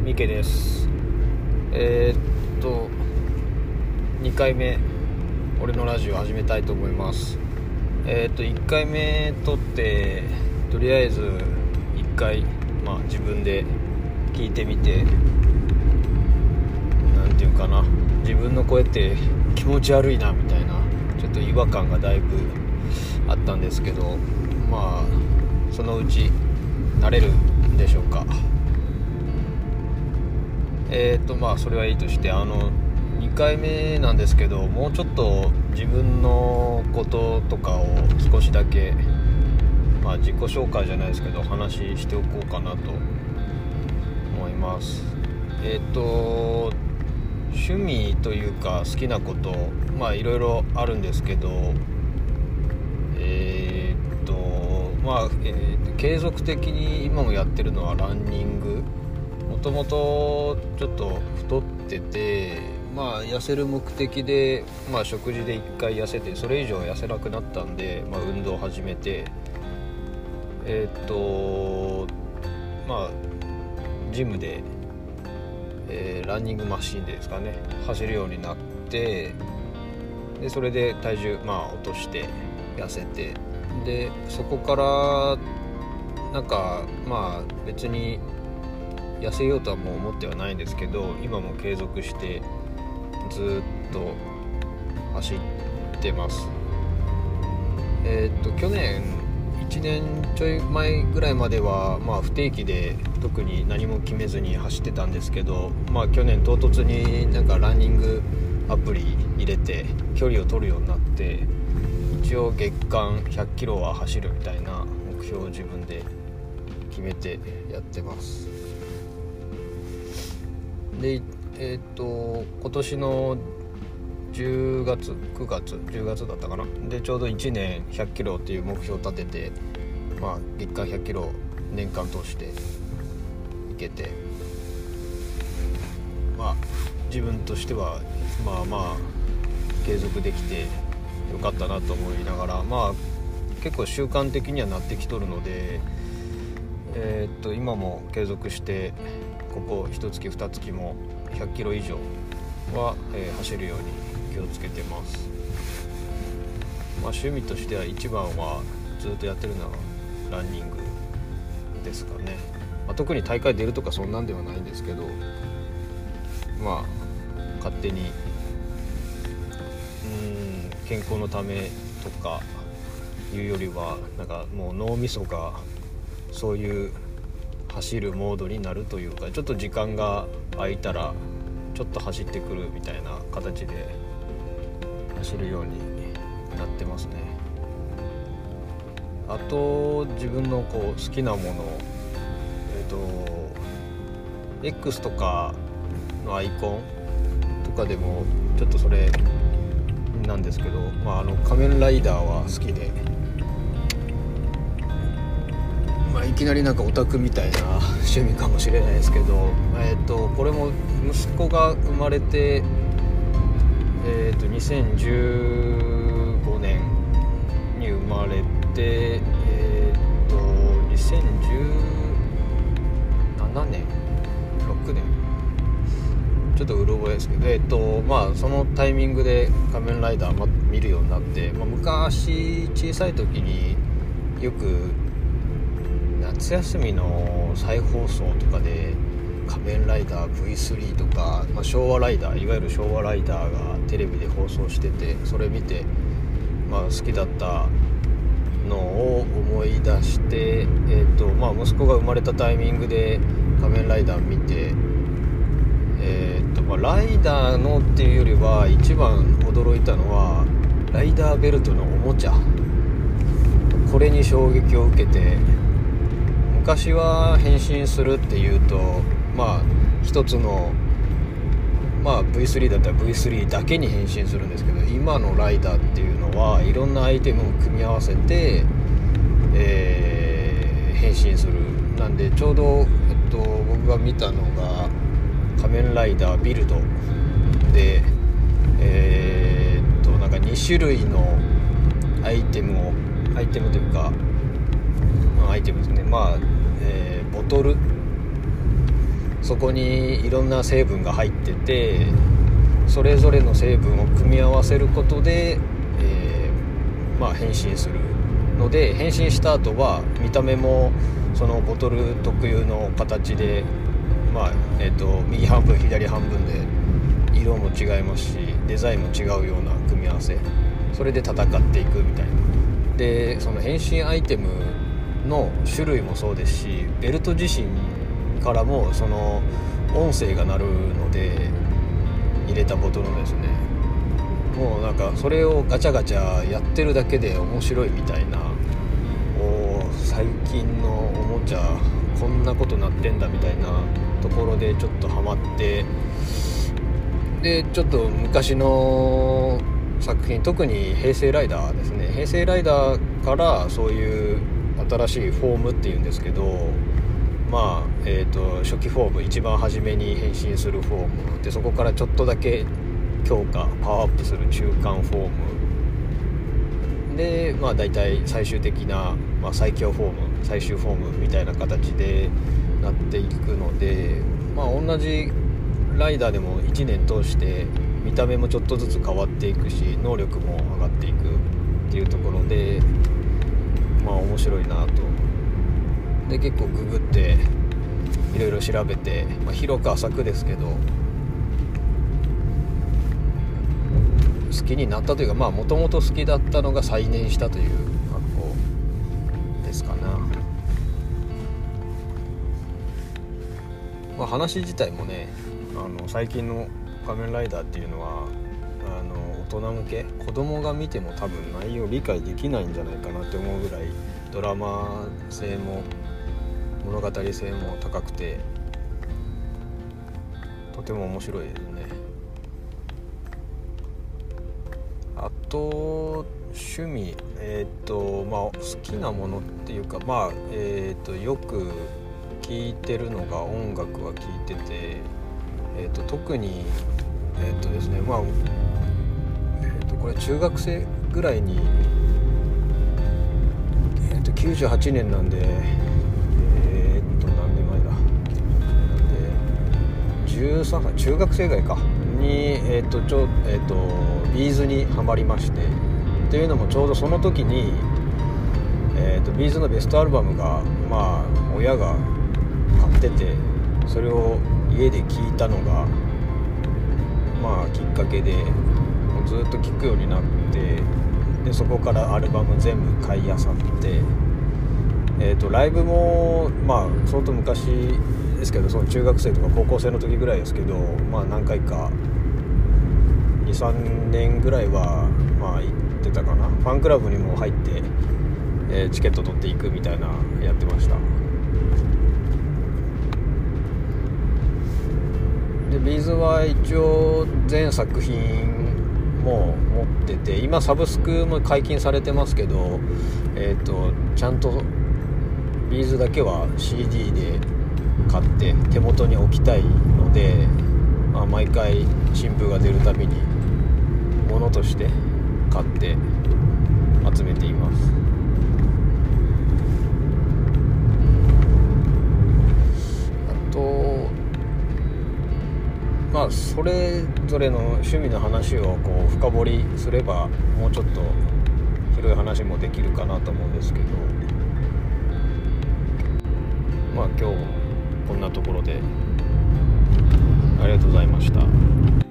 ミケです。2回目俺のラジオ始めたいと思います。1回目撮ってとりあえず1回、自分で聞いてみて、なんていうかな、自分の声って気持ち悪いなみたいなちょっと違和感がだいぶあったんですけど、そのうち慣れるんでしょうか。それはいいとして、2回目なんですけど、もうちょっと自分のこととかを少しだけ、自己紹介じゃないですけど話しておこうかなと思います。趣味というか好きなこといろいろあるんですけど、継続的に今もやってるのはランニング。もともとちょっと太ってて、痩せる目的で、食事で1回痩せて、それ以上痩せなくなったんで、運動を始めて、ジムで、ランニングマシンでですかね、走るようになって、でそれで体重落として痩せて、でそこから別に痩せようとはもう思ってはないんですけど、今も継続してずっと走ってます。去年1年ちょい前ぐらいまでは、不定期で特に何も決めずに走ってたんですけど、去年唐突にランニングアプリ入れて距離を取るようになって、一応月間100キロは走るみたいな目標を自分で決めてやってます。で、今年の10月だったかな、でちょうど1年100キロっていう目標を立てて、月間100キロ年間通していけて、自分としては継続できてよかったなと思いながら、結構習慣的にはなってきとるので、今も継続してここ1月2月も100キロ以上は、走るように気をつけてます。趣味としては一番はずっとやってるのはランニングですかね。特に大会出るとかそんなんではないんですけど、勝手に健康のためとかいうよりはもう脳みそがそういう走るモードになるというか、ちょっと時間が空いたらちょっと走ってくるみたいな形で走るようになってますね。あと自分の好きなもの、X とかのアイコンとかでもちょっとそれなんですけど、仮面ライダーは好きで、いきなりオタクみたいな趣味かもしれないですけど、これも息子が生まれて、2015年に生まれて、2017年6年ちょっとうろ覚えですけど、そのタイミングで仮面ライダー見るようになって、昔小さい時によく夏休みの再放送とかで仮面ライダー V3 とか、昭和ライダー、いわゆる昭和ライダーがテレビで放送してて、それ見て、好きだったのを思い出して、息子が生まれたタイミングで仮面ライダー見て、ライダーのっていうよりは一番驚いたのはライダーベルトのおもちゃ、これに衝撃を受けて、昔は変身するっていうと一つのV3 だったら V3 だけに変身するんですけど、今のライダーっていうのはいろんなアイテムを組み合わせて、変身する。なんでちょうど、僕が見たのが仮面ライダービルドで、2種類のアイテムというか、アイテムですね、ボトル、 そこにいろんな成分が入ってて、それぞれの成分を組み合わせることで、変身するので、変身した後は見た目もそのボトル特有の形で、右半分左半分で色も違いますし、デザインも違うような組み合わせ、それで戦っていくみたいな。でその変身アイテムの種類もそうですし、ベルト自身からもその音声が鳴るので、入れたボトルのですね、もうなんかそれをガチャガチャやってるだけで面白いみたいな、最近のおもちゃこんなことなってんだみたいなところでちょっとハマって、でちょっと昔の作品、特に平成ライダーですね、平成ライダーからそういう新しいフォームっていうんですけど、初期フォーム、一番初めに変身するフォームで、そこからちょっとだけ強化パワーアップする中間フォームで、だいたい最終的な、最強フォーム、最終フォームみたいな形でなっていくので、同じライダーでも1年通して見た目もちょっとずつ変わっていくし、能力も上がっていくっていうところで、面白いなと。で結構ググっていろいろ調べて、広く浅くですけど好きになったというか、もともと好きだったのが再燃したという格好ですかな。話自体もね、最近の仮面ライダーっていうのは大人向け、子供が見ても多分内容理解できないんじゃないかなって思うぐらい、ドラマ性も物語性も高くて、とても面白いですね。あと趣味、好きなものっていうか、よく聴いてるのが、音楽は聴いてて、特にですね、これ中学生ぐらいに、98年なんで、何年前だ、13歳、中学生ぐらいかに、ビーズにハマりまして、っていうのもちょうどその時に、ビーズのベストアルバムが、親が買ってて、それを家で聴いたのがきっかけで、もうずっと聴くようになって、でそこからアルバム全部買い漁って、ライブも相当昔ですけど、その中学生とか高校生の時ぐらいですけど、何回か 2,3 年ぐらいは行ってたかな。ファンクラブにも入って、チケット取っていくみたいなやってました。でビーズは一応全作品も持ってて、今サブスクも解禁されてますけど、ちゃんとビーズだけは CD で買って手元に置きたいので、毎回新譜が出るたびに物として買って集めています。あとそれぞれの趣味の話を深掘りすれば、もうちょっと広い話もできるかなと思うんですけど、今日もこんなところでありがとうございました。